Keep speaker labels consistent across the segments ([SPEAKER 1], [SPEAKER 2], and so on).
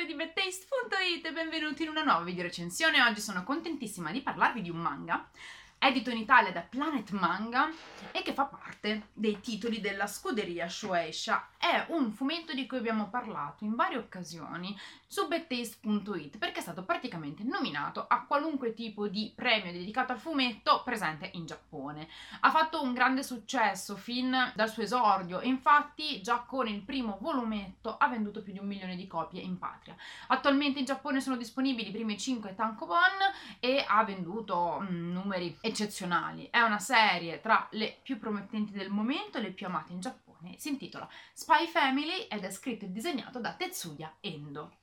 [SPEAKER 1] signori di BadTaste.it e benvenuti in una nuova video recensione. Oggi sono contentissima di parlarvi di un manga edito in Italia da Planet Manga e che fa parte dei titoli della scuderia Shueisha. È un fumetto di cui abbiamo parlato in varie occasioni su BadTaste.it perché è stato praticamente nominato a qualunque tipo di premio dedicato al fumetto presente in Giappone. Ha fatto un grande successo fin dal suo esordio e infatti già con il primo volumetto ha venduto più di 1 milione di copie in patria. Attualmente in Giappone sono disponibili i primi 5 tankobon e ha venduto numeri eccezionali. È una serie tra le più promettenti del momento e le più amate in Giappone. Si intitola Spy Family ed è scritto e disegnato da Tetsuya Endo.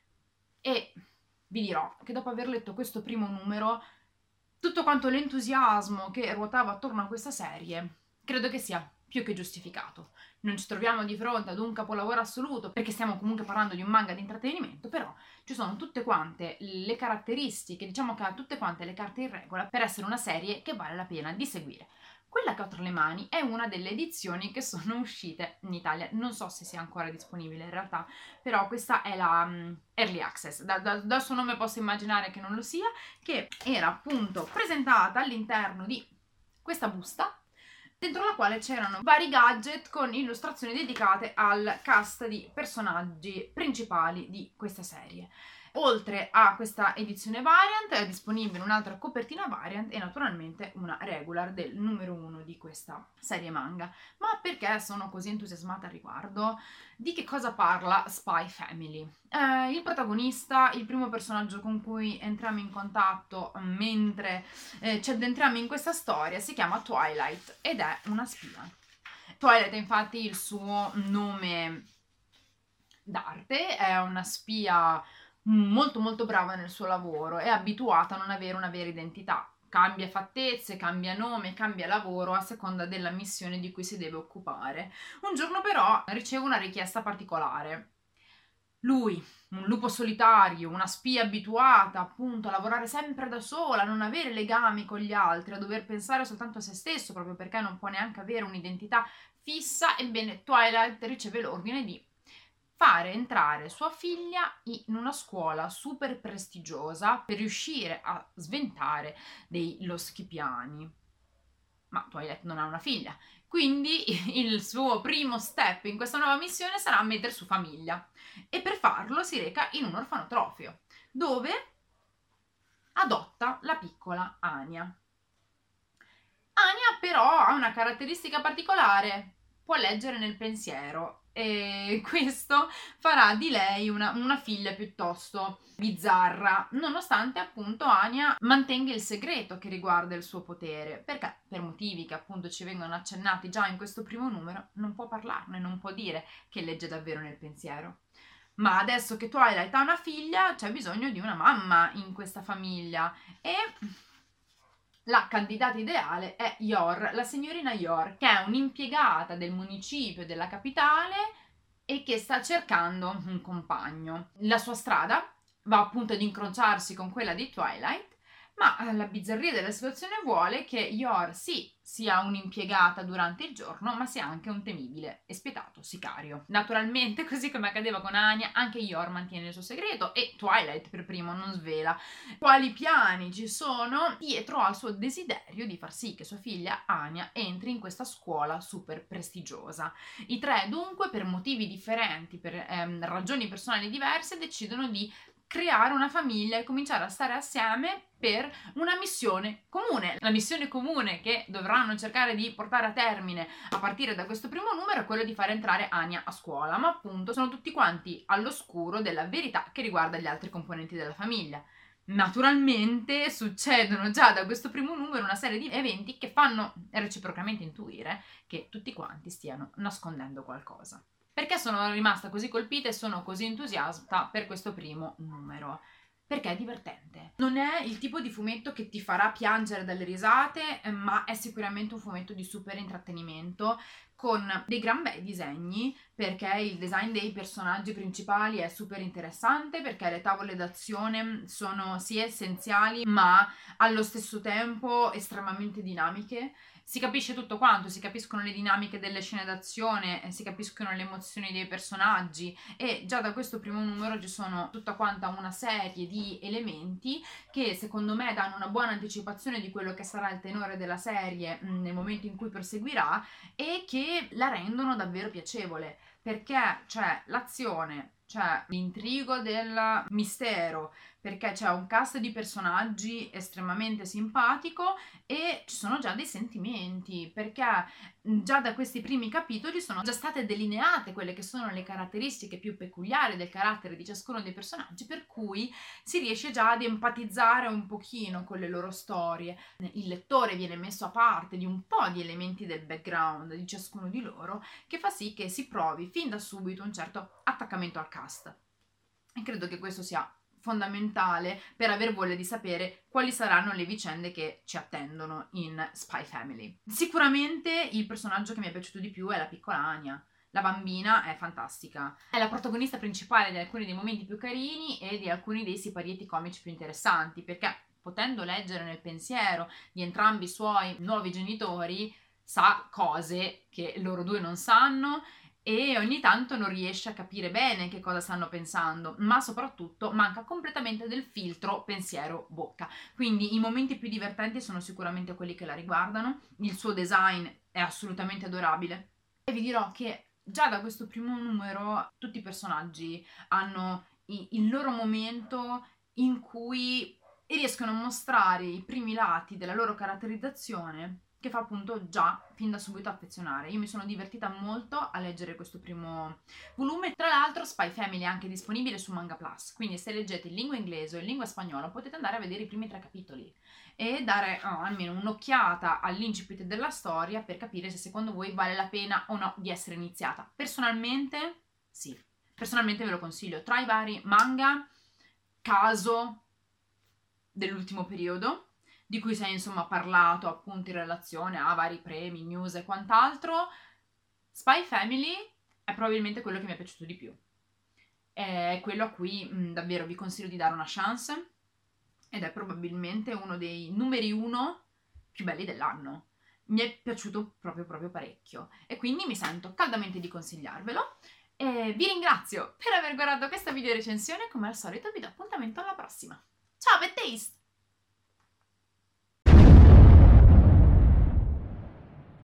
[SPEAKER 1] E vi dirò che dopo aver letto questo primo numero, tutto quanto l'entusiasmo che ruotava attorno a questa serie credo che sia più che giustificato. Non ci troviamo di fronte ad un capolavoro assoluto perché stiamo comunque parlando di un manga di intrattenimento, però ci sono tutte quante le caratteristiche, diciamo che ha tutte quante le carte in regola per essere una serie che vale la pena di seguire. Quella che ho tra le mani è una delle edizioni che sono uscite in Italia, non so se sia ancora disponibile in realtà, però questa è la Early Access, dal suo nome posso immaginare che non lo sia, che era appunto presentata all'interno di questa busta, dentro la quale c'erano vari gadget con illustrazioni dedicate al cast di personaggi principali di questa serie. Oltre a questa edizione variant è disponibile un'altra copertina variant e naturalmente una regular del numero 1 di questa serie manga. Ma perché sono così entusiasmata al riguardo? Di che cosa parla Spy Family? Il protagonista, il primo personaggio con cui entriamo in contatto mentre ci addentriamo in questa storia, si chiama Twilight ed è una spia. Twilight è infatti il suo nome d'arte, è una spia molto molto brava nel suo lavoro, è abituata a non avere una vera identità. Cambia fattezze, cambia nome, cambia lavoro a seconda della missione di cui si deve occupare. Un giorno però riceve una richiesta particolare. Lui, un lupo solitario, una spia abituata appunto a lavorare sempre da sola, a non avere legami con gli altri, a dover pensare soltanto a se stesso proprio perché non può neanche avere un'identità fissa, ebbene Twilight riceve l'ordine di fare entrare sua figlia in una scuola super prestigiosa per riuscire a sventare dei loschi piani. Ma Twilight non ha una figlia, quindi il suo primo step in questa nuova missione sarà mettere su famiglia e per farlo si reca in un orfanotrofio dove adotta la piccola Anya. Anya però ha una caratteristica particolare, può leggere nel pensiero e questo farà di lei una figlia piuttosto bizzarra, nonostante appunto Anya mantenga il segreto che riguarda il suo potere, perché per motivi che appunto ci vengono accennati già in questo primo numero non può parlarne, non può dire che legge davvero nel pensiero. Ma adesso che Twilight ha una figlia c'è bisogno di una mamma in questa famiglia e la candidata ideale è Yor, la signorina Yor, che è un'impiegata del municipio della capitale e che sta cercando un compagno. La sua strada va appunto ad incrociarsi con quella di Twilight, ma la bizzarria della situazione vuole che Yor sì sia un'impiegata durante il giorno, ma sia anche un temibile e spietato sicario. Naturalmente, così come accadeva con Anya, anche Yor mantiene il suo segreto e Twilight per primo non svela quali piani ci sono dietro al suo desiderio di far sì che sua figlia Anya entri in questa scuola super prestigiosa. I tre dunque, per motivi differenti, per ragioni personali diverse, decidono di creare una famiglia e cominciare a stare assieme per una missione comune. La missione comune che dovranno cercare di portare a termine a partire da questo primo numero è quello di fare entrare Anya a scuola, ma appunto sono tutti quanti all'oscuro della verità che riguarda gli altri componenti della famiglia. Naturalmente succedono già da questo primo numero una serie di eventi che fanno reciprocamente intuire che tutti quanti stiano nascondendo qualcosa. Perché sono rimasta così colpita e sono così entusiasta per questo primo numero? Perché è divertente. Non è il tipo di fumetto che ti farà piangere dalle risate, ma è sicuramente un fumetto di super intrattenimento con dei gran bei disegni, perché il design dei personaggi principali è super interessante, perché le tavole d'azione sono sì essenziali, ma allo stesso tempo estremamente dinamiche. Si capisce tutto quanto, si capiscono le dinamiche delle scene d'azione, si capiscono le emozioni dei personaggi e già da questo primo numero ci sono tutta quanta una serie di elementi che secondo me danno una buona anticipazione di quello che sarà il tenore della serie nel momento in cui proseguirà e che la rendono davvero piacevole, perché c'è l'azione, c'è l'intrigo del mistero, perché c'è un cast di personaggi estremamente simpatico e ci sono già dei sentimenti, perché già da questi primi capitoli sono già state delineate quelle che sono le caratteristiche più peculiari del carattere di ciascuno dei personaggi, per cui si riesce già ad empatizzare un pochino con le loro storie. Il lettore viene messo a parte di un po' di elementi del background di ciascuno di loro, che fa sì che si provi fin da subito un certo attaccamento al cast. E credo che questo sia fondamentale per aver voglia di sapere quali saranno le vicende che ci attendono in Spy Family. Sicuramente il personaggio che mi è piaciuto di più è la piccola Anya. La bambina è fantastica, è la protagonista principale di alcuni dei momenti più carini e di alcuni dei siparietti comici più interessanti, perché potendo leggere nel pensiero di entrambi i suoi nuovi genitori, sa cose che loro due non sanno e ogni tanto non riesce a capire bene che cosa stanno pensando, ma soprattutto manca completamente del filtro pensiero-bocca. Quindi i momenti più divertenti sono sicuramente quelli che la riguardano, il suo design è assolutamente adorabile e vi dirò che già da questo primo numero tutti i personaggi hanno il loro momento in cui riescono a mostrare i primi lati della loro caratterizzazione che fa appunto già fin da subito affezionare. Io mi sono divertita molto a leggere questo primo volume. Tra l'altro Spy Family è anche disponibile su Manga Plus, quindi se leggete in lingua inglese o in lingua spagnola potete andare a vedere i primi 3 capitoli e dare almeno un'occhiata all'incipit della storia per capire se secondo voi vale la pena o no di essere iniziata. Personalmente sì, personalmente ve lo consiglio. Tra i vari manga caso dell'ultimo periodo, di cui si è insomma parlato appunto in relazione a vari premi, news e quant'altro, Spy Family è probabilmente quello che mi è piaciuto di più. È quello a cui davvero vi consiglio di dare una chance ed è probabilmente uno dei numeri 1 più belli dell'anno. Mi è piaciuto proprio parecchio e quindi mi sento caldamente di consigliarvelo. E vi ringrazio per aver guardato questa video recensione, come al solito vi do appuntamento alla prossima. Ciao, Bad Taste!